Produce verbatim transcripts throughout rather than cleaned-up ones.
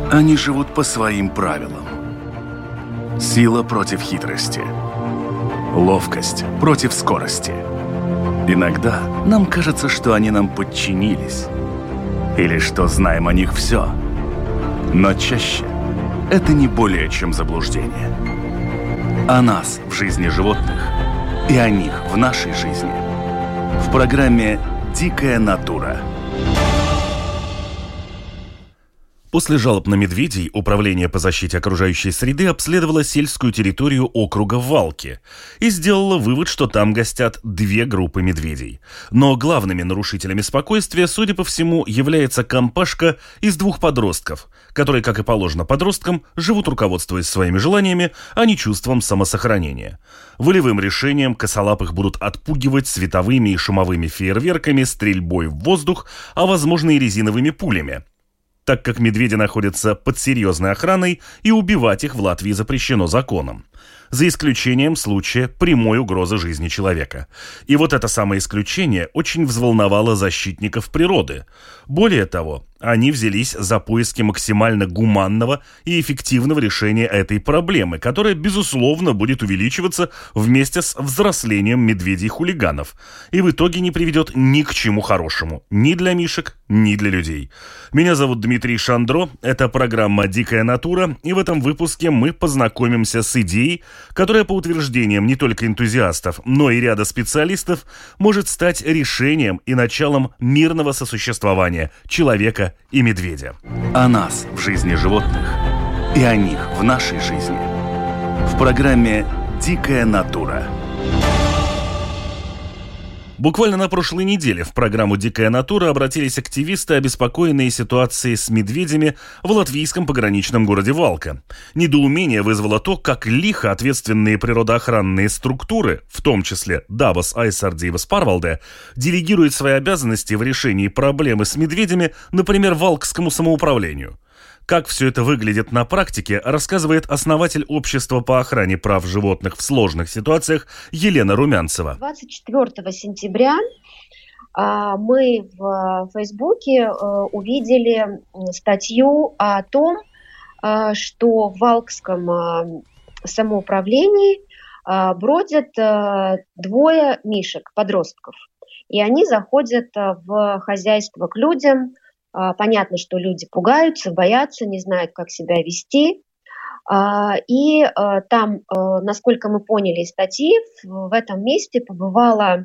Они живут по своим правилам. Сила против хитрости. Ловкость против скорости. Иногда нам кажется, что они нам подчинились. Или что знаем о них все. Но чаще это не более чем заблуждение. О нас в жизни животных и о них в нашей жизни. В программе «Дикая натура». После жалоб на медведей Управление по защите окружающей среды обследовало сельскую территорию округа Валки и сделало вывод, что там гостят две группы медведей. Но главными нарушителями спокойствия, судя по всему, является компашка из двух подростков, которые, как и положено подросткам, живут руководствуясь своими желаниями, а не чувством самосохранения. Волевым решением косолапых будут отпугивать световыми и шумовыми фейерверками, стрельбой в воздух, а возможно и резиновыми пулями, так как медведи находятся под серьезной охраной и убивать их в Латвии запрещено законом, за исключением случая прямой угрозы жизни человека. И вот это самое исключение очень взволновало защитников природы. Более того, они взялись за поиски максимально гуманного и эффективного решения этой проблемы, которая, безусловно, будет увеличиваться вместе с взрослением медведей-хулиганов и в итоге не приведет ни к чему хорошему, ни для мишек, ни для людей. Меня зовут Дмитрий Шандро, это программа «Дикая натура», и в этом выпуске мы познакомимся с идеей, которая, по утверждениям не только энтузиастов, но и ряда специалистов, может стать решением и началом мирного сосуществования человека и медведя. О нас в жизни животных и о них в нашей жизни. В программе «Дикая натура». Буквально на прошлой неделе в программу «Дикая натура» обратились активисты, обеспокоенные ситуацией с медведями в латвийском пограничном городе Валка. Недоумение вызвало то, как лихо ответственные природоохранные структуры, в том числе Dabas aizsardzības pārvalde, делегируют свои обязанности в решении проблемы с медведями, например, Валкскому самоуправлению. Как все это выглядит на практике, рассказывает основатель общества по охране прав животных в сложных ситуациях Елена Румянцева. двадцать четвёртого сентября мы в Фейсбуке увидели статью о том, что в Валкском самоуправлении бродят двое мишек, подростков. И они заходят в хозяйство к людям. Понятно, что люди пугаются, боятся, не знают, как себя вести. И там, насколько мы поняли из статьи, в этом месте побывала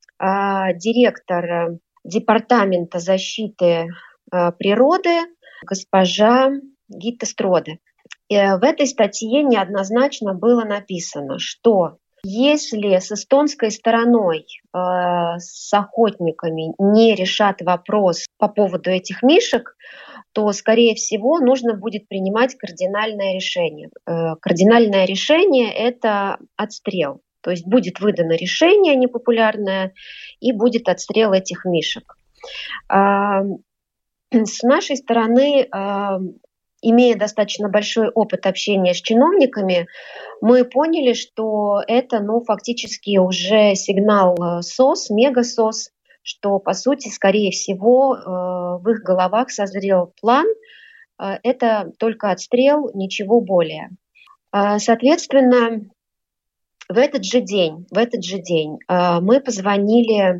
директор Департамента защиты природы госпожа Гита Строде. И в этой статье неоднозначно было написано, что если с эстонской стороной, э, с охотниками не решат вопрос по поводу этих мишек, то, скорее всего, нужно будет принимать кардинальное решение. Э, кардинальное решение – это отстрел. То есть будет выдано решение непопулярное, и будет отстрел этих мишек. Э, с нашей стороны, э, имея достаточно большой опыт общения с чиновниками, мы поняли, что это, ну, фактически уже сигнал СОС, мега-СОС, что, по сути, скорее всего, в их головах созрел план. Это только отстрел, ничего более. Соответственно, в этот же день, в этот же день мы позвонили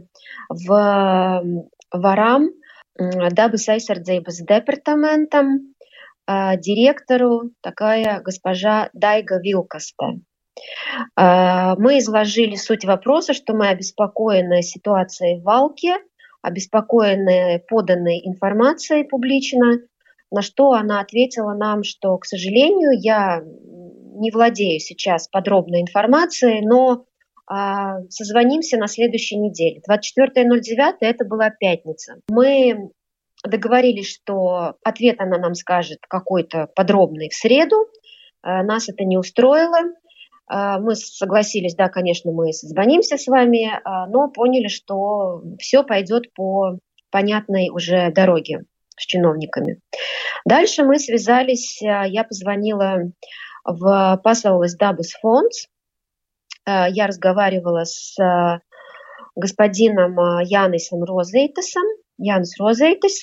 в Варам, Dabas aizsardzības департаментам, директору, такая госпожа Дайга Вилкасте. Мы изложили суть вопроса, что мы обеспокоены ситуацией в Валке, обеспокоены поданной информацией публично, на что она ответила нам, что, к сожалению, я не владею сейчас подробной информацией, но созвонимся на следующей неделе. двадцать четвёртое ноль девятое это была пятница. Мы договорились, что ответ она нам скажет какой-то подробный в среду. Нас это не устроило. Мы согласились, да, конечно, мы созвонимся с вами, но поняли, что все пойдет по понятной уже дороге с чиновниками. Дальше мы связались, я позвонила в Pasaules dabas fonds. Я разговаривала с господином Янисом Розейтасом. Янс Розейтис.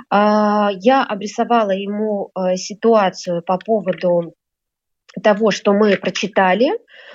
Я обрисовала ему ситуацию по поводу того, что мы прочитали,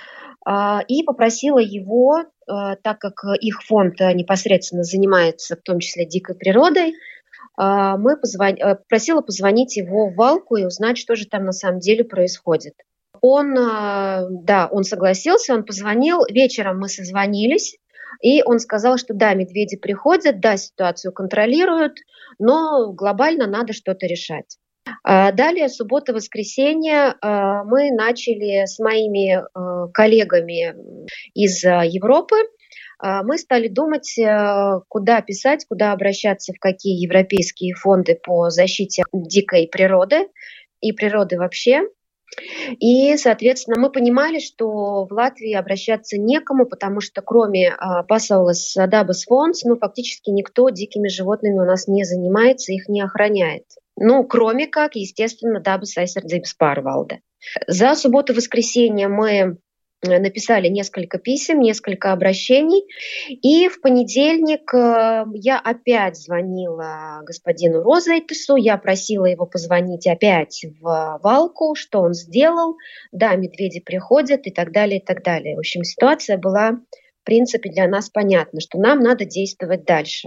и попросила его, так как их фонд непосредственно занимается в том числе дикой природой, мы позвон... просила позвонить его в Валку и узнать, что же там на самом деле происходит. Он, да, он согласился, он позвонил, вечером мы созвонились, и он сказал, что да, медведи приходят, да, ситуацию контролируют, но глобально надо что-то решать. Далее, суббота-воскресенье, мы начали с моими коллегами из Европы, мы стали думать, куда писать, куда обращаться, в какие европейские фонды по защите дикой природы и природы вообще. И, соответственно, мы понимали, что в Латвии обращаться некому, потому что кроме Pasaules dabas fonds, ну, фактически никто дикими животными у нас не занимается, их не охраняет. Ну, кроме как, естественно, Dabas aizsardzības pārvalde. За субботу-воскресенье мы написали несколько писем, несколько обращений. И в понедельник я опять звонила господину Розейтису, я просила его позвонить опять в Валку, что он сделал. Да, медведи приходят и так далее, и так далее. В общем, ситуация была, в принципе, для нас понятна, что нам надо действовать дальше.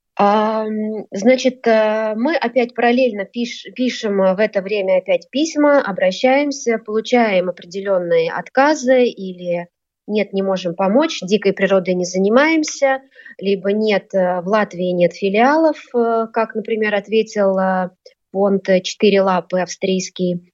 Значит, мы опять параллельно пиш, пишем в это время опять письма, обращаемся, получаем определенные отказы или нет, не можем помочь, дикой природой не занимаемся, либо нет, в Латвии нет филиалов, как, например, ответил фонд «Четыре лапы» австрийский.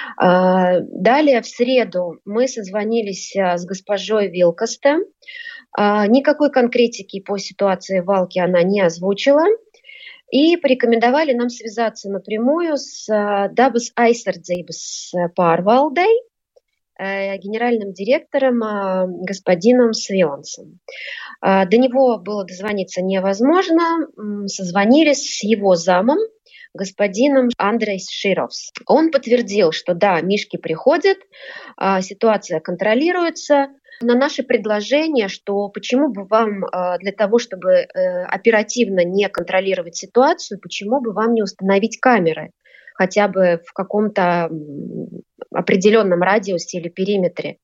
Далее в среду мы созвонились с госпожой Вилкасте. Никакой конкретики по ситуации в Валке она не озвучила. И порекомендовали нам связаться напрямую с Dabas aizsardzības pārvaldei, генеральным директором господином Свилансом. До него было дозвониться невозможно. Созвонились с его замом, господином Андрейс Шировс. Он подтвердил, что да, мишки приходят, ситуация контролируется. На наше предложение, что почему бы вам для того, чтобы оперативно не контролировать ситуацию, почему бы вам не установить камеры хотя бы в каком-то определенном радиусе или периметре.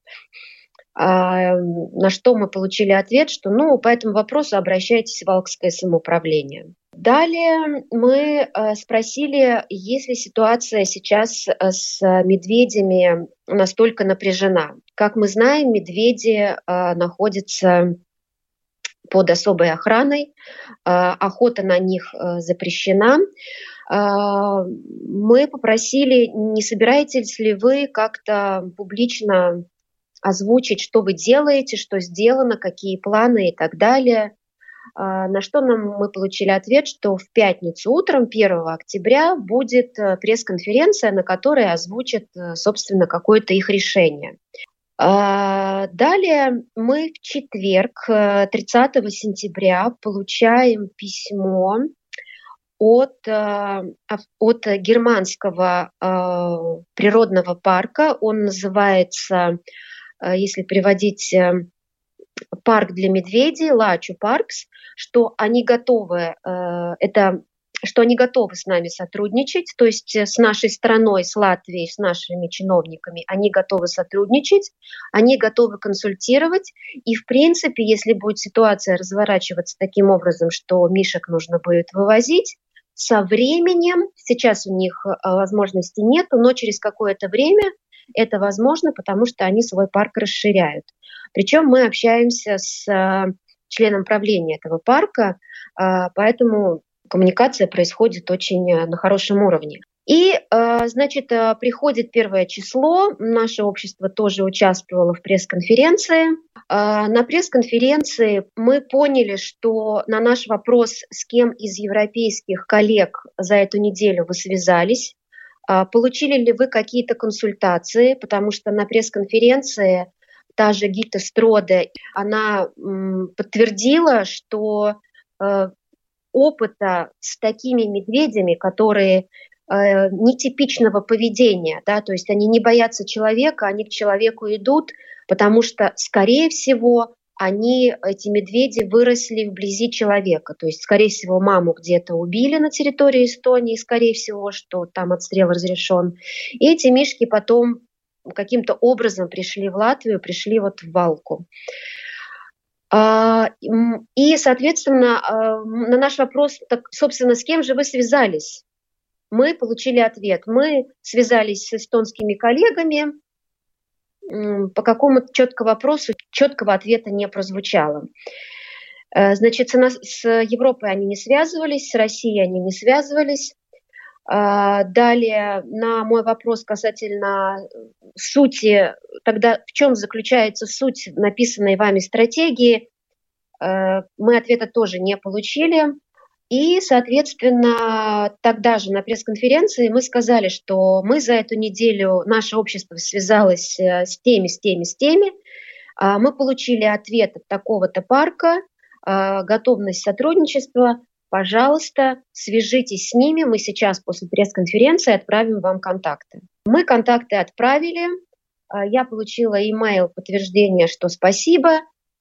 На что мы получили ответ, что ну, по этому вопросу обращайтесь в Валкское самоуправление. Далее мы спросили, есть ли ситуация сейчас с медведями настолько напряжена. Как мы знаем, медведи находятся под особой охраной, охота на них запрещена. Мы попросили, не собираетесь ли вы как-то публично озвучить, что вы делаете, что сделано, какие планы и так далее. На что нам мы получили ответ, что в пятницу утром, первого октября, будет пресс-конференция, на которой озвучат, собственно, какое-то их решение. Далее мы в четверг, тридцатого сентября, получаем письмо от, от германского природного парка. Он называется, если переводить, парк для медведей, Лачу Паркс, что они готовы, это, что они готовы с нами сотрудничать, то есть с нашей страной, с Латвией, с нашими чиновниками, они готовы сотрудничать, они готовы консультировать, и в принципе, если будет ситуация разворачиваться таким образом, что мишек нужно будет вывозить, со временем, сейчас у них возможности нет, но через какое-то время это возможно, потому что они свой парк расширяют. Причем мы общаемся с членом правления этого парка, поэтому коммуникация происходит очень на хорошем уровне. И, значит, приходит первое число, наше общество тоже участвовало в пресс-конференции. На пресс-конференции мы поняли, что на наш вопрос, с кем из европейских коллег за эту неделю вы связались, получили ли вы какие-то консультации, потому что на пресс-конференции та же Гита Строде, она подтвердила, что опыта с такими медведями, которые нетипичного поведения, да, то есть они не боятся человека, они к человеку идут, потому что, скорее всего, они, эти медведи, выросли вблизи человека. То есть, скорее всего, маму где-то убили на территории Эстонии, скорее всего, что там отстрел разрешен. И эти мишки потом каким-то образом пришли в Латвию, пришли вот в Валку. И, соответственно, на наш вопрос, так, собственно, с кем же вы связались? Мы получили ответ. Мы связались с эстонскими коллегами. По какому-то четкому вопросу четкого ответа не прозвучало. Значит, с Европой они не связывались, с Россией они не связывались. Далее, на мой вопрос касательно сути, тогда в чем заключается суть написанной вами стратегии, мы ответа тоже не получили. И, соответственно, тогда же на пресс-конференции мы сказали, что мы за эту неделю, наше общество связалось с теми, с теми, с теми. Мы получили ответ от такого-то парка, готовность сотрудничества. Пожалуйста, свяжитесь с ними. Мы сейчас после пресс-конференции отправим вам контакты. Мы контакты отправили. Я получила имейл подтверждение, что спасибо.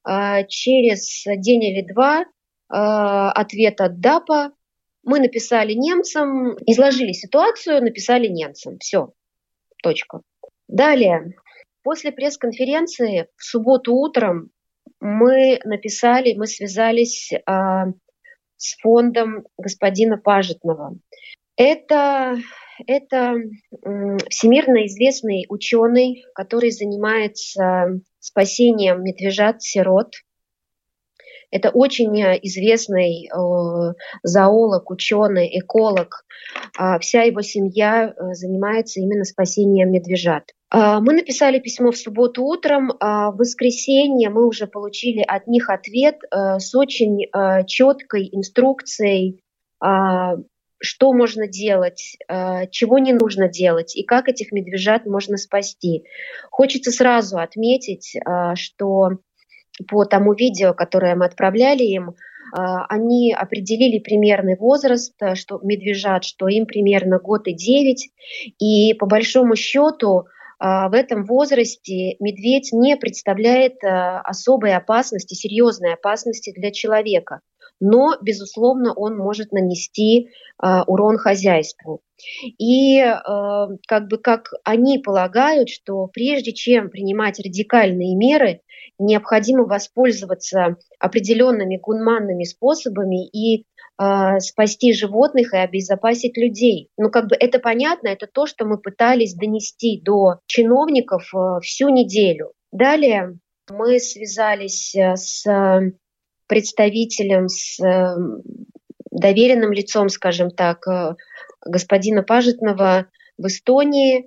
Через день или два ответ от ДАПа. Мы написали немцам, изложили ситуацию, написали немцам. Все. Точка. Далее. После пресс-конференции в субботу утром мы написали, мы связались а, с фондом господина Пажетного. Это, это м, всемирно известный ученый, который занимается спасением медвежат-сирот. Это очень известный э, зоолог, ученый, эколог. Э, вся его семья э, занимается именно спасением медвежат. Э, мы написали письмо в субботу утром. А в воскресенье мы уже получили от них ответ э, с очень э, четкой инструкцией, э, что можно делать, э, чего не нужно делать и как этих медвежат можно спасти. Хочется сразу отметить, э, что по тому видео, которое мы отправляли им, они определили примерный возраст, что медвежат, что им примерно год и девять. И по большому счету в этом возрасте медведь не представляет особой опасности, серьезной опасности для человека. Но, безусловно, он может нанести урон хозяйству. И как бы как они полагают, что прежде чем принимать радикальные меры, необходимо воспользоваться определенными гуманными способами и э, спасти животных и обезопасить людей. Ну, как бы это понятно, это то, что мы пытались донести до чиновников э, всю неделю. Далее мы связались с представителем, с э, доверенным лицом, скажем так, э, господина Пажетного в Эстонии.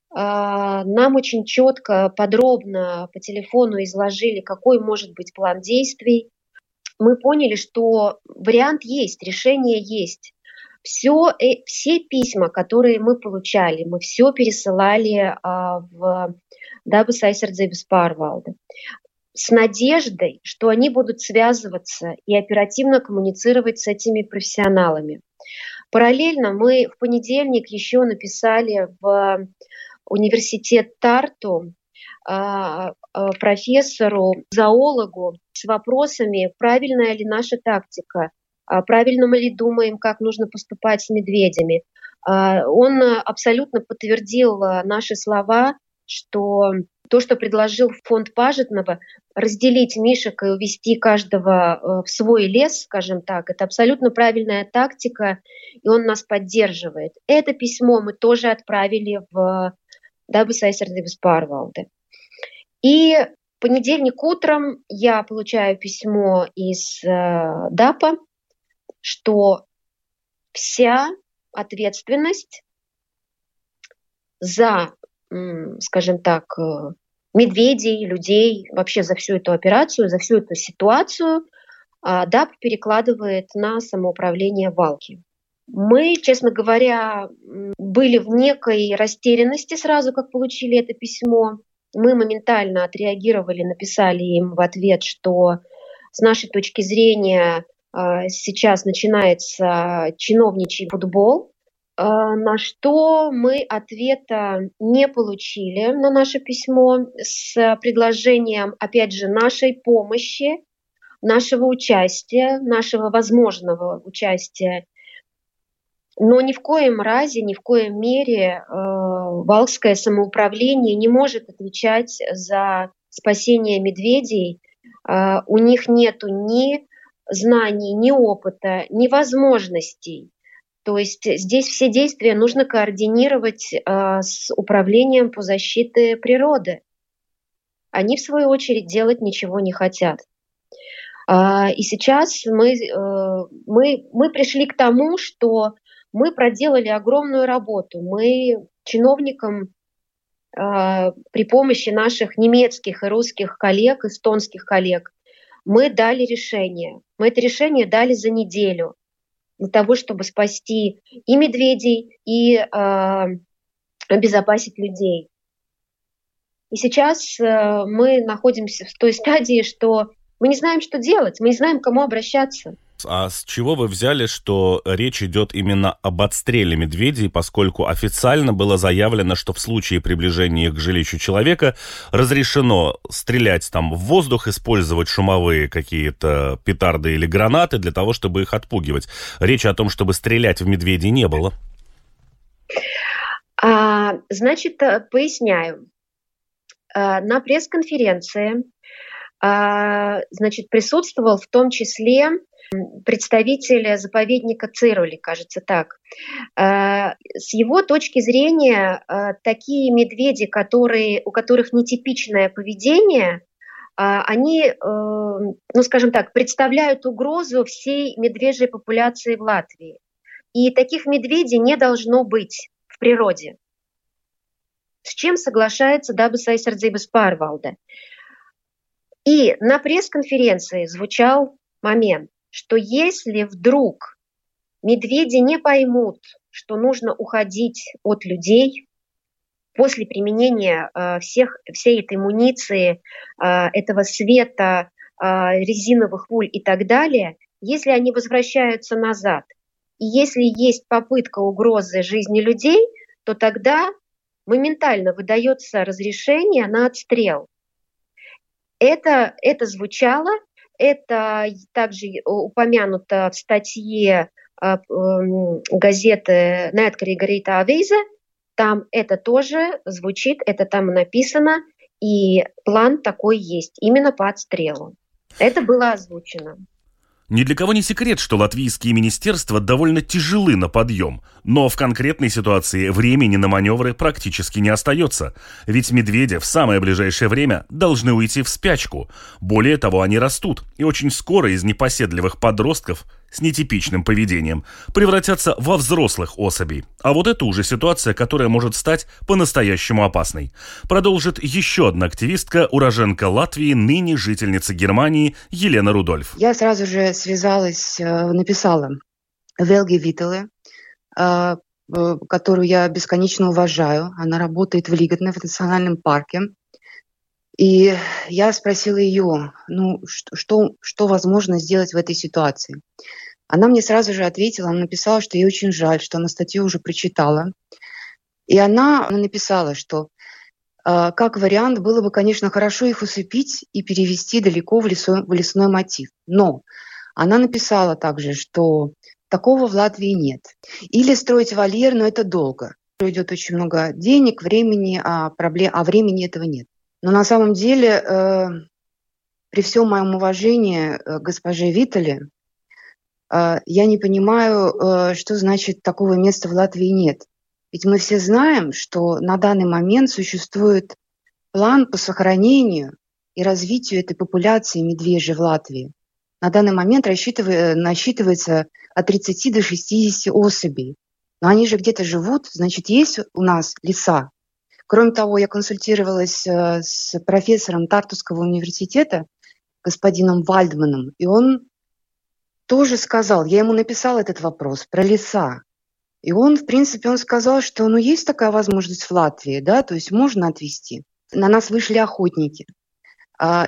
Нам очень четко, подробно по телефону изложили, какой может быть план действий. Мы поняли, что вариант есть, решение есть. Все, все письма, которые мы получали, мы все пересылали в Dabas aizsardzības pārvalde с надеждой, что они будут связываться и оперативно коммуницировать с этими профессионалами. Параллельно мы в понедельник еще написали в университет Тарту профессору, зоологу с вопросами, правильная ли наша тактика, правильно мы ли думаем, как нужно поступать с медведями. Он абсолютно подтвердил наши слова, что то, что предложил фонд Пажетного, разделить мишек и увести каждого в свой лес, скажем так, это абсолютно правильная тактика, и он нас поддерживает. Это письмо мы тоже отправили в Dabas aizsardzības pārvalde. И в понедельник утром я получаю письмо из э, ДАПа, что вся ответственность за, м, скажем так, медведей, людей, вообще за всю эту операцию, за всю эту ситуацию э, ДАП перекладывает на самоуправление Валки. Мы, честно говоря, были в некой растерянности сразу, как получили это письмо. Мы моментально отреагировали, написали им в ответ, что с нашей точки зрения сейчас начинается чиновничий футбол. на что мы ответа не получили на наше письмо с предложением, опять же, нашей помощи, нашего участия, нашего возможного участия. Но ни в коем разе, ни в коем мере э, Валкское самоуправление не может отвечать за спасение медведей. Э, у них нету ни знаний, ни опыта, ни возможностей. То есть здесь все действия нужно координировать э, с Управлением по защите природы. Они, в свою очередь, делать ничего не хотят. Э, и сейчас мы, э, мы, мы пришли к тому, что мы проделали огромную работу. Мы чиновникам э, при помощи наших немецких и русских коллег, эстонских коллег, мы дали решение. Мы это решение дали за неделю для того, чтобы спасти и медведей, и э, обезопасить людей. И сейчас э, мы находимся в той стадии, что мы не знаем, что делать, мы не знаем, к кому обращаться. А с чего вы взяли, что речь идет именно об отстреле медведей, поскольку официально было заявлено, что в случае приближения к жилищу человека разрешено стрелять там в воздух, использовать шумовые какие-то петарды или гранаты для того, чтобы их отпугивать. Речи о том, чтобы стрелять в медведей, не было. А, значит, поясняю. А, на пресс-конференции а, значит, присутствовал в том числе представителя заповедника Цирули, кажется так. С его точки зрения, такие медведи, которые, у которых нетипичное поведение, они, ну скажем так, представляют угрозу всей медвежьей популяции в Латвии. И таких медведей не должно быть в природе. С чем соглашается Dabas aizsardzības pārvalde. И на пресс-конференции звучал момент, что если вдруг медведи не поймут, что нужно уходить от людей после применения э, всех, всей этой муниции, э, этого света, э, резиновых пуль и так далее, если они возвращаются назад, и если есть попытка угрозы жизни людей, то тогда моментально выдается разрешение на отстрел. Это, это звучало. Это также упомянуто в статье э, газеты «Неatkarīga Rīta avīze». Там это тоже звучит, это там написано, и план такой есть, именно по отстрелу. Это было озвучено. Ни для кого не секрет, что латвийские министерства довольно тяжелы на подъем, но в конкретной ситуации времени на маневры практически не остается, ведь медведи в самое ближайшее время должны уйти в спячку. Более того, они растут, и очень скоро из непоседливых подростков с нетипичным поведением превратятся во взрослых особей. А вот это уже ситуация, которая может стать по-настоящему опасной. Продолжит еще одна активистка, уроженка Латвии, ныне жительница Германии Елена Рудольф. Я сразу же связалась, написала Велге Витале, которую я бесконечно уважаю. Она работает в Лиготне, в национальном парке. И я спросила ее, ну, что, что, что возможно сделать в этой ситуации. Она мне сразу же ответила, она написала, что ей очень жаль, что она статью уже прочитала. И она написала, что э, как вариант было бы, конечно, хорошо их усыпить и перевести далеко в, лесо, в лесной массив. Но она написала также, что такого в Латвии нет. Или строить вольер, но это долго. Идет очень много денег, времени, а, проблем, а времени этого нет. Но на самом деле, э, при всем моем уважении к госпоже Витале, э, я не понимаю, э, что значит такого места в Латвии нет. Ведь мы все знаем, что на данный момент существует план по сохранению и развитию этой популяции медвежьей в Латвии. На данный момент насчитывается от тридцати до шестидесяти особей. Но они же где-то живут, значит, есть у нас леса. Кроме того, я консультировалась с профессором Тартуского университета, господином Вальдманом, и он тоже сказал, я ему написала этот вопрос про леса, и он, в принципе, он сказал, что ну, есть такая возможность в Латвии, да, то есть можно отвезти. На нас вышли охотники,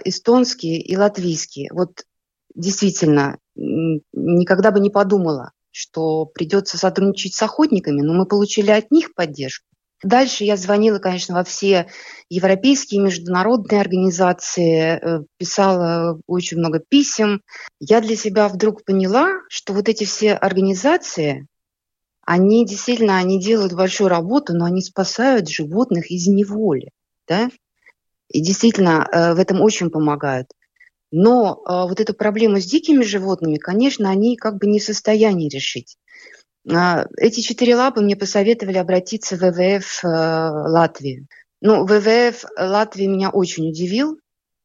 эстонские и латвийские. Вот действительно, никогда бы не подумала, что придется сотрудничать с охотниками, но мы получили от них поддержку. Дальше я звонила, конечно, во все европейские международные организации, писала очень много писем. Я для себя вдруг поняла, что вот эти все организации, они действительно они делают большую работу, но они спасают животных из неволи. Да? И действительно в этом очень помогают. Но вот эту проблему с дикими животными, конечно, они как бы не в состоянии решить. Эти четыре лапы мне посоветовали обратиться в вэ вэ эф Латвии. Ну, вэ вэ эф Латвии меня очень удивил.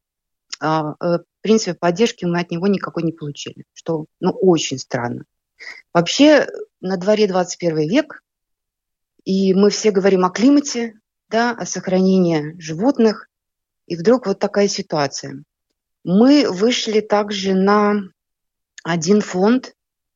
В принципе, поддержки мы от него никакой не получили, что, ну, очень странно. Вообще, на дворе двадцать первый век, и мы все говорим о климате, да, о сохранении животных, и вдруг вот такая ситуация. Мы вышли также на один фонд,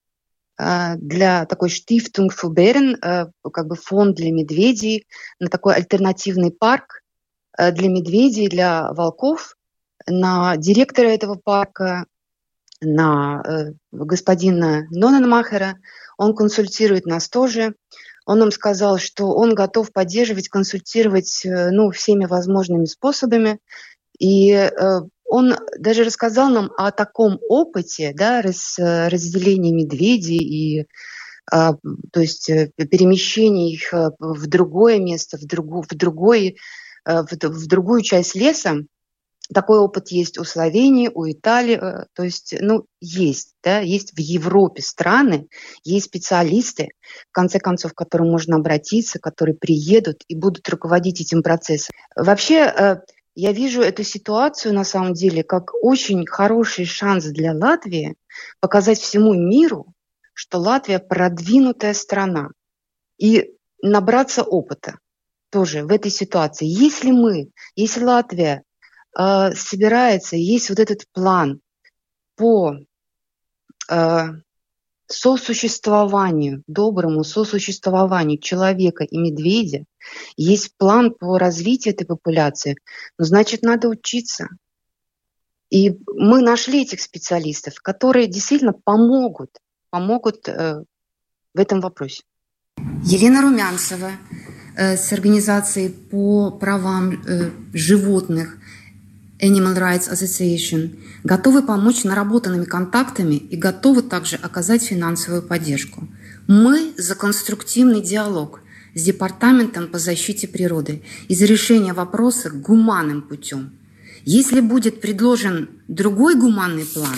для такой Stiftung für Bären, как бы фонд для медведей, на такой альтернативный парк для медведей, для волков, на директора этого парка, на господина Ноненмахера. Он консультирует нас тоже. Он нам сказал, что он готов поддерживать, консультировать, ну, всеми возможными способами. И он даже рассказал нам о таком опыте, да, раз, разделения медведей и а, то есть перемещения их в другое место, в, другу, в, другой, в, в другую часть леса. Такой опыт есть у Словении, у Италии, то есть, ну, есть, да, есть в Европе страны, есть специалисты, в конце концов, к которым можно обратиться, которые приедут и будут руководить этим процессом. Вообще, я вижу эту ситуацию, на самом деле, как очень хороший шанс для Латвии показать всему миру, что Латвия продвинутая страна, и набраться опыта тоже в этой ситуации. Если мы, если Латвия э, собирается, есть вот этот план по э, сосуществованию, доброму сосуществованию человека и медведя, есть план по развитию этой популяции, ну, значит, надо учиться. И мы нашли этих специалистов, которые действительно помогут, помогут э, в этом вопросе. Елена Румянцева э, с организацией по правам э, животных Animal Rights Association готовы помочь наработанными контактами и готовы также оказать финансовую поддержку. Мы за конструктивный диалог с Департаментом по защите природы и за решение вопроса гуманным путем. Если будет предложен другой гуманный план,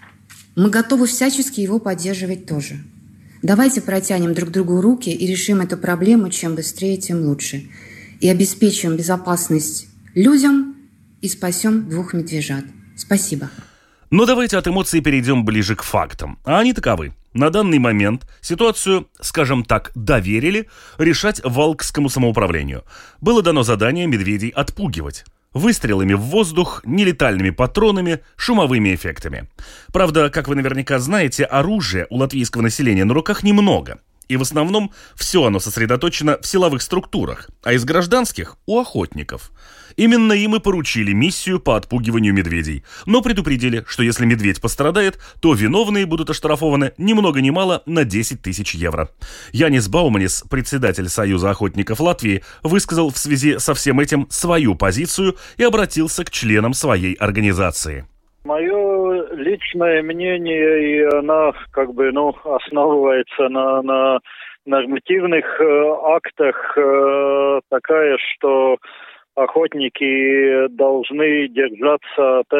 мы готовы всячески его поддерживать тоже. Давайте протянем друг другу руки и решим эту проблему чем быстрее, тем лучше. И обеспечим безопасность людям и спасем двух медвежат. Спасибо. Но давайте от эмоций перейдем ближе к фактам. А они таковы. На данный момент ситуацию, скажем так, доверили решать Валкскому самоуправлению. Было дано задание медведей отпугивать. Выстрелами в воздух, нелетальными патронами, шумовыми эффектами. Правда, как вы наверняка знаете, оружия у латвийского населения на руках немного. И в основном все оно сосредоточено в силовых структурах, а из гражданских – у охотников. Именно им и поручили миссию по отпугиванию медведей, но предупредили, что если медведь пострадает, то виновные будут оштрафованы ни много ни мало на десять тысяч евро. Янис Бауманис, председатель Союза охотников Латвии, высказал в связи со всем этим свою позицию и обратился к членам своей организации. Мое личное мнение, и она как бы, ну, основывается на, на нормативных э, актах, э, такая, что охотники должны держаться от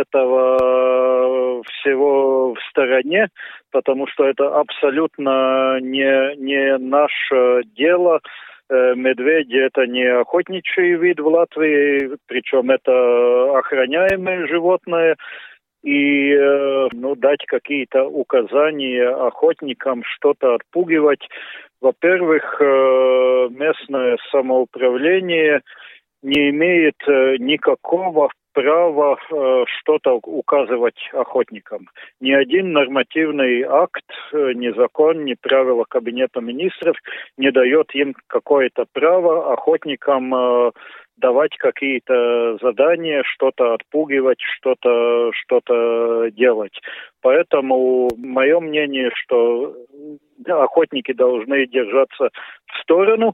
этого всего в стороне, потому что это абсолютно не, не наше дело. Медведи – это не охотничий вид в Латвии, причем это охраняемое животное. И ну, дать какие-то указания охотникам что-то отпугивать. Во-первых, местное самоуправление не имеет никакого права что-то указывать охотникам. Ни один нормативный акт, ни закон, ни правила Кабинета министров не дает им какое-то право охотникам давать какие-то задания, что-то отпугивать, что-то, что-то делать. Поэтому мое мнение, что охотники должны держаться в сторону.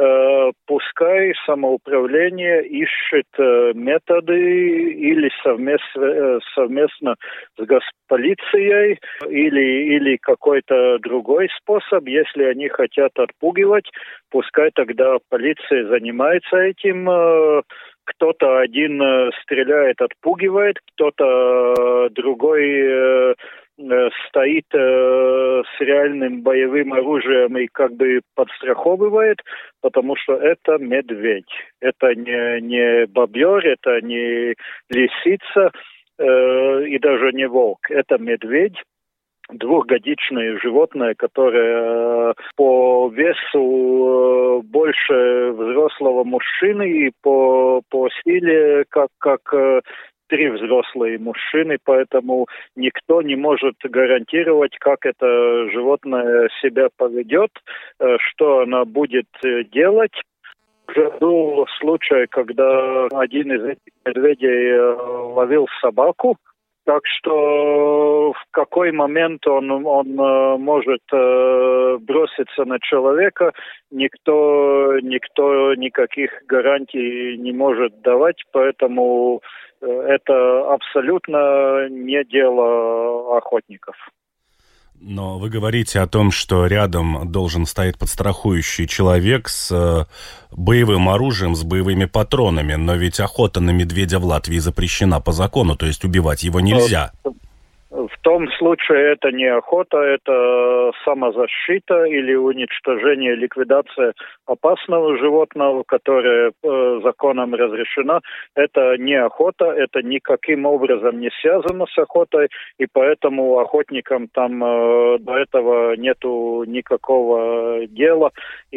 Пускай самоуправление ищет методы или совместно, совместно с госполицией или, или какой-то другой способ. Если они хотят отпугивать, пускай тогда полиция занимается этим. Кто-то один стреляет, отпугивает, кто-то другой стоит э, с реальным боевым оружием и как бы подстраховывает, потому что это медведь. Это не, не бобер, это не лисица э, и даже не волк. Это медведь. Двухгодичное животное, которое по весу больше взрослого мужчины и по, по силе как, как три взрослые мужчины, поэтому никто не может гарантировать, как это животное себя поведет, что оно будет делать. Уже был случай, когда один из этих медведей ловил собаку. Так что в какой момент он, он э, может э, броситься на человека, никто, никто никаких гарантий не может давать, поэтому э, это абсолютно не дело охотников. Но вы говорите о том, что рядом должен стоять подстрахующий человек с э, боевым оружием, с боевыми патронами, но ведь охота на медведя в Латвии запрещена по закону, то есть убивать его нельзя. В том случае это не охота, это самозащита или уничтожение, ликвидация опасного животного, которое э, законом разрешено. Это не охота, это никаким образом не связано с охотой, и поэтому охотникам там э, до этого нету никакого дела. И,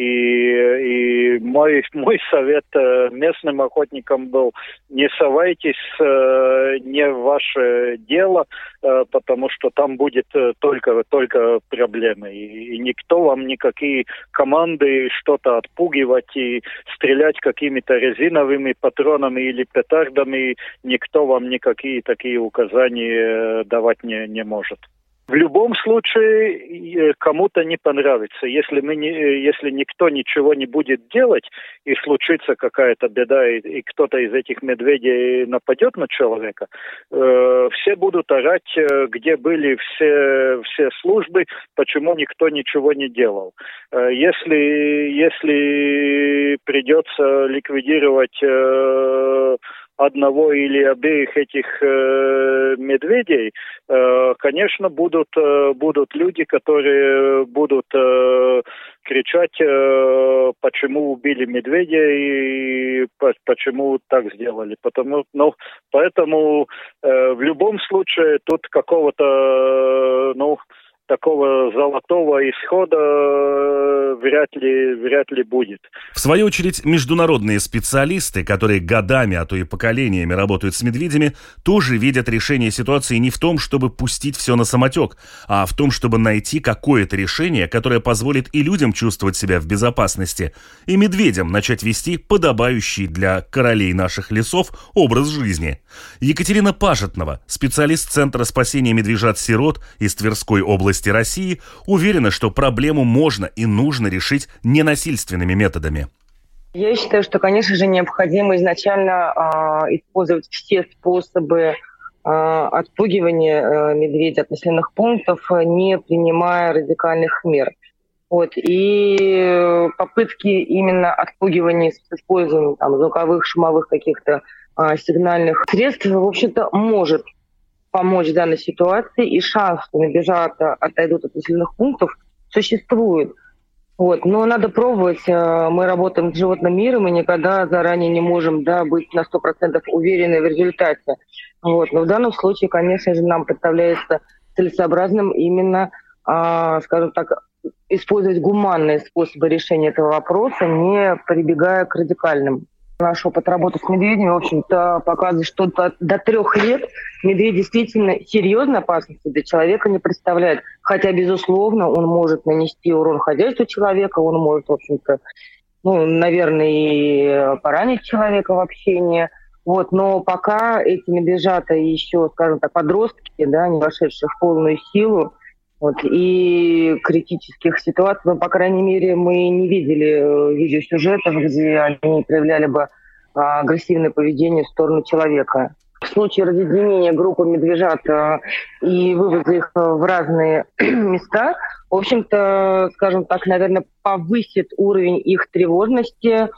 и мой, мой совет э, местным охотникам был: не совайтесь, э, не в ваше дело, э, потому что там будет только, только проблемы. И, и никто вам никакие команды что-то отпугивать и стрелять какими-то резиновыми патронами или петардами, никто вам никакие такие указания давать не, не может. В любом случае кому-то не понравится. Если мы не, если никто ничего не будет делать и случится какая-то беда и, и кто-то из этих медведей нападет на человека, э, все будут орать, где были все все службы, почему никто ничего не делал. Э, если если придется ликвидировать э, одного или обеих этих э, медведей, э, конечно, будут э, будут люди, которые будут э, кричать, э, почему убили медведя и по, почему так сделали. Потому, ну, поэтому э, в любом случае тут какого-то, э, ну, такого золотого исхода вряд ли, вряд ли будет. В свою очередь, международные специалисты, которые годами, а то и поколениями работают с медведями, тоже видят решение ситуации не в том, чтобы пустить все на самотек, а в том, чтобы найти какое-то решение, которое позволит и людям чувствовать себя в безопасности, и медведям начать вести подобающий для королей наших лесов образ жизни. Екатерина Пажетнова, специалист Центра спасения медвежат-сирот из Тверской области России, уверена, что проблему можно и нужно решить ненасильственными методами. Я считаю, что, конечно же, необходимо изначально э, использовать все способы э, отпугивания э, медведя от населенных пунктов, не принимая радикальных мер. Вот. И попытки именно отпугивания с использованием там, звуковых, шумовых каких-то э, сигнальных средств, в общем-то, может помочь в данной ситуации, и шанс, что медвежата отойдут от населенных пунктов, существует. Вот. Но надо пробовать. Мы работаем с животным миром, и никогда заранее не можем, да, быть на сто процентов уверены в результате. Вот. Но в данном случае, конечно же, нам представляется целесообразным именно, а, скажем так, использовать гуманные способы решения этого вопроса, не прибегая к радикальным. Наш опыт работы с медведями, в общем-то, показывает, что до, до трех лет медведь действительно серьезной опасности для человека не представляет. Хотя, безусловно, он может нанести урон хозяйству человека, он может, в общем-то, ну, наверное, и поранить человека в общении. Вот. Но пока эти медвежата еще, скажем так, подростки, да, не вошедшие в полную силу, Вот, и критических ситуаций, ну, по крайней мере, мы не видели видеосюжетов, где они проявляли бы агрессивное поведение в сторону человека. В случае разъединения группы медвежат и вывоза их в разные места, в общем-то, скажем так, наверное, повысит уровень их тревожности.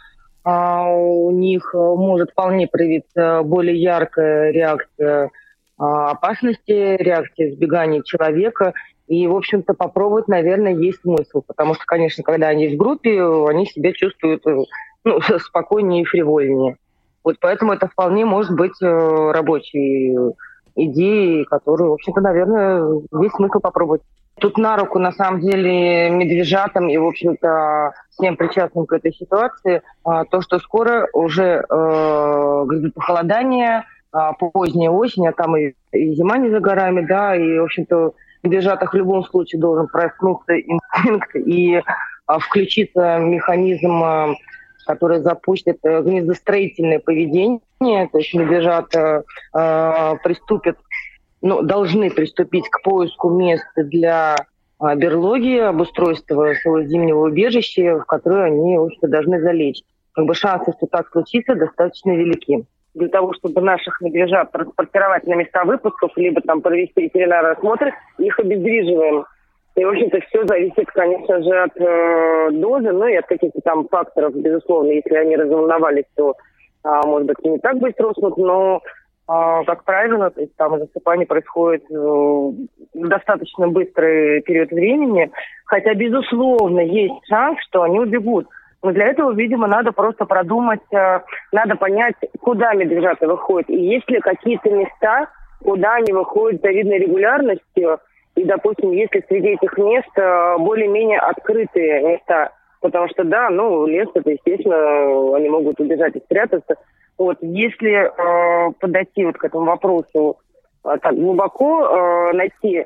У них может вполне проявиться более яркая реакция опасности, реакция избегания человека. И, в общем-то, попробовать, наверное, есть смысл. Потому что, конечно, когда они в группе, они себя чувствуют ну, спокойнее и фривольнее. Вот поэтому это вполне может быть рабочей идеей, которую, в общем-то, наверное, есть смысл попробовать. Тут на руку, на самом деле, медвежатам и, в общем-то, всем причастным к этой ситуации, то, что скоро уже э, грядет похолодание, поздняя осень, а там и, и зима не за горами, да, и, в общем-то, в медвежатах в любом случае должен проснуться инстинкт и а, включиться механизм, а, который запустит а, гнездостроительное поведение, то есть медвежата а, приступят, ну, должны приступить к поиску места для а, берлоги, обустройства своего зимнего убежища, в которое они, в общем-то, должны залечь. Как бы шансы, что так случится, достаточно велики. Для того, чтобы наших медвежат транспортировать на места выпусков, либо там провести ветеринарный осмотр, их обездвиживаем. И, в общем-то, все зависит, конечно же, от э, дозы, ну и от каких-то там факторов, безусловно. Если они разволновались, то, э, может быть, не так быстро уснут, но, э, как правило, то есть, там засыпание происходит э, в достаточно быстрый период времени, хотя, безусловно, есть шанс, что они убегут. Но для этого, видимо, надо просто продумать, надо понять, куда медвежата выходят. И есть ли какие-то места, куда они выходят с завидной регулярностью. И, допустим, если среди этих мест более-менее открытые места. Потому что, да, ну, лес, это, естественно, они могут убежать и спрятаться. Вот, если э, подойти вот к этому вопросу э, так глубоко, э, найти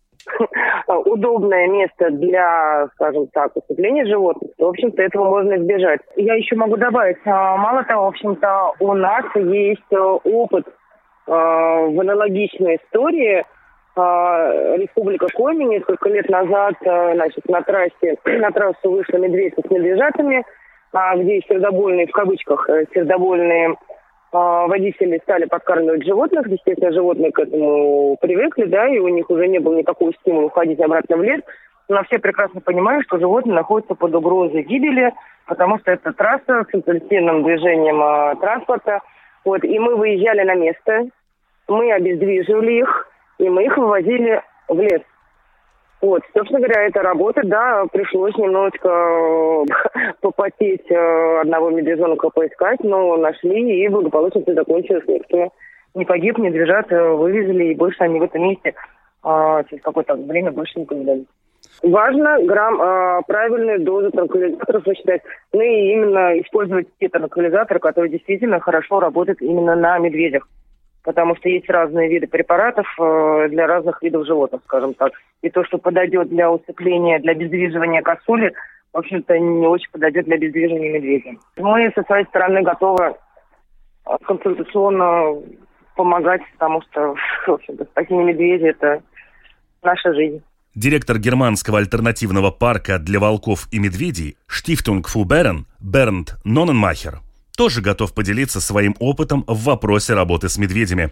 удобное место для, скажем так, усыпления животных, то, в общем-то, этого можно избежать. Я еще могу добавить, мало того, в общем-то, у нас есть опыт э, в аналогичной истории. Э, Республика Коми несколько лет назад, э, значит, на трассе, на трассу вышла медведь с медвежатами, э, где сердобольные, в кавычках, сердобольные водители стали подкармливать животных. Естественно, животные к этому привыкли, да, и у них уже не было никакого стимула уходить обратно в лес. Но все прекрасно понимают, что животные находятся под угрозой гибели, потому что это трасса с интенсивным движением а, транспорта. Вот, и мы выезжали на место, мы обездвиживали их, и мы их вывозили в лес. Вот, собственно говоря, эта работа, да, пришлось немножечко попотеть, одного медвежонка поискать, но нашли и благополучно все закончилось. Никто не погиб, медвежат вывезли, и больше они в этом месте а, через какое-то время больше не появлялись. Важно грамм, а, правильную дозу транквилизаторов вычитать, ну и именно использовать те транквилизаторы, которые действительно хорошо работают именно на медведях. Потому что есть разные виды препаратов э, для разных видов животных, скажем так. И то, что подойдет для усыпления, для обездвиживания косули, в общем-то, не очень подойдет для обездвиживания медведя. Мы со своей стороны готовы консультационно помогать, потому что, в общем-то, спасение медведя – это наша жизнь. Директор германского альтернативного парка для волков и медведей Stiftung für Bären Бернд Ноненмахер тоже готов поделиться своим опытом в вопросе работы с медведями.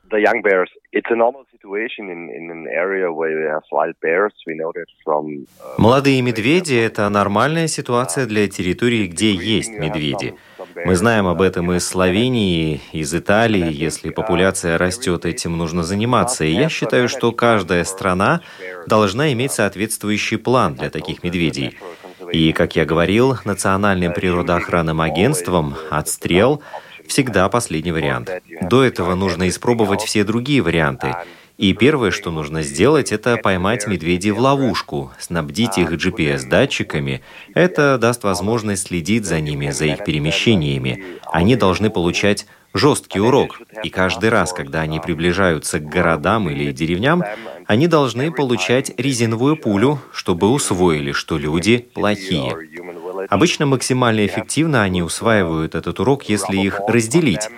Молодые медведи – это нормальная ситуация для территории, где есть медведи. Мы знаем об этом из Словении, из Италии. Если популяция растет, этим нужно заниматься. И я считаю, что каждая страна должна иметь соответствующий план для таких медведей. И, как я говорил, национальным природоохранным агентством отстрел всегда последний вариант. До этого нужно испробовать все другие варианты. И первое, что нужно сделать, это поймать медведей в ловушку, снабдить их джи пи эс-датчиками. Это даст возможность следить за ними, за их перемещениями. Они должны получать жесткий урок. И каждый раз, когда они приближаются к городам или деревням, они должны получать резиновую пулю, чтобы усвоили, что люди плохие. Обычно максимально эффективно они усваивают этот урок, если их разделить.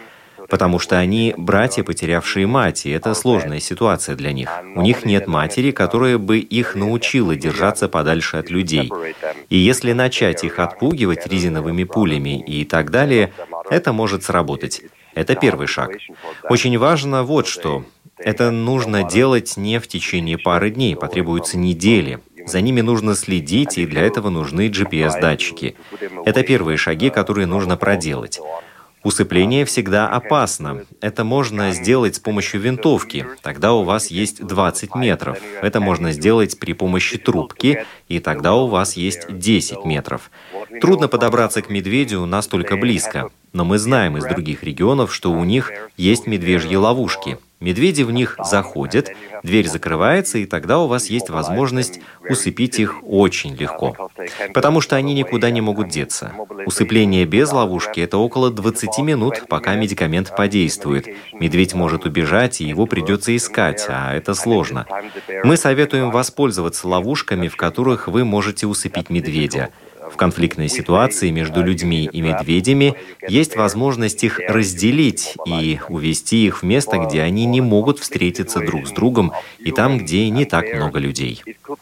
потому что они братья, потерявшие мать, и это сложная ситуация для них. У них нет матери, которая бы их научила держаться подальше от людей. И если начать их отпугивать резиновыми пулями и так далее, это может сработать. Это первый шаг. Очень важно вот что. Это нужно делать не в течение пары дней, потребуются недели. За ними нужно следить, и для этого нужны джи пи эс-датчики. Это первые шаги, которые нужно проделать. Усыпление всегда опасно. Это можно сделать с помощью винтовки. Тогда у вас есть двадцать метров. Это можно сделать при помощи трубки, и тогда у вас есть десять метров. Трудно подобраться к медведю настолько близко. Но мы знаем из других регионов, что у них есть медвежьи ловушки. Медведи в них заходят, дверь закрывается, и тогда у вас есть возможность усыпить их очень легко. Потому что они никуда не могут деться. Усыпление без ловушки – это около двадцати минут, пока медикамент подействует. Медведь может убежать, и его придется искать, а это сложно. Мы советуем воспользоваться ловушками, в которых вы можете усыпить медведя. В конфликтной ситуации между людьми и медведями есть возможность их разделить и увести их в место, где они не могут встретиться друг с другом, и там, где не так много людей.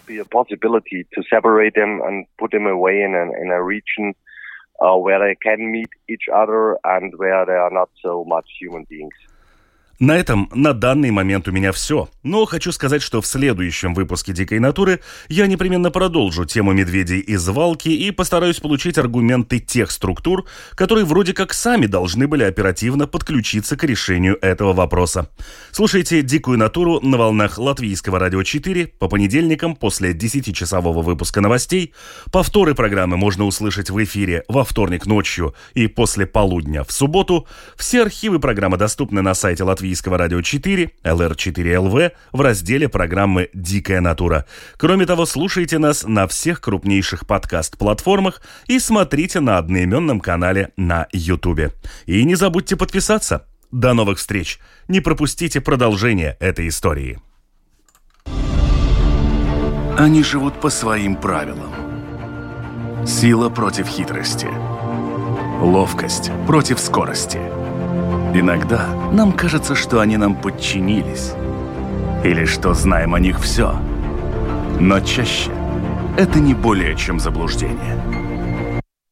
На этом на данный момент у меня все. Но хочу сказать, что в следующем выпуске «Дикой натуры» я непременно продолжу тему медведей из Валки и постараюсь получить аргументы тех структур, которые вроде как сами должны были оперативно подключиться к решению этого вопроса. Слушайте «Дикую натуру» на волнах Латвийского радио четыре по понедельникам после десятичасового выпуска новостей. Повторы программы можно услышать в эфире во вторник ночью и после полудня в субботу. Все архивы программы доступны на сайте Латвийского радио четыре, эл эр четыре эл ви, в разделе программы «Дикая натура». Кроме того, слушайте нас на всех крупнейших подкаст-платформах и смотрите на одноименном канале на Ютубе. И не забудьте подписаться. До новых встреч! Не пропустите продолжение этой истории. Они живут по своим правилам. Сила против хитрости. Ловкость против скорости. Иногда нам кажется, что они нам подчинились, или что знаем о них все. Но чаще это не более чем заблуждение.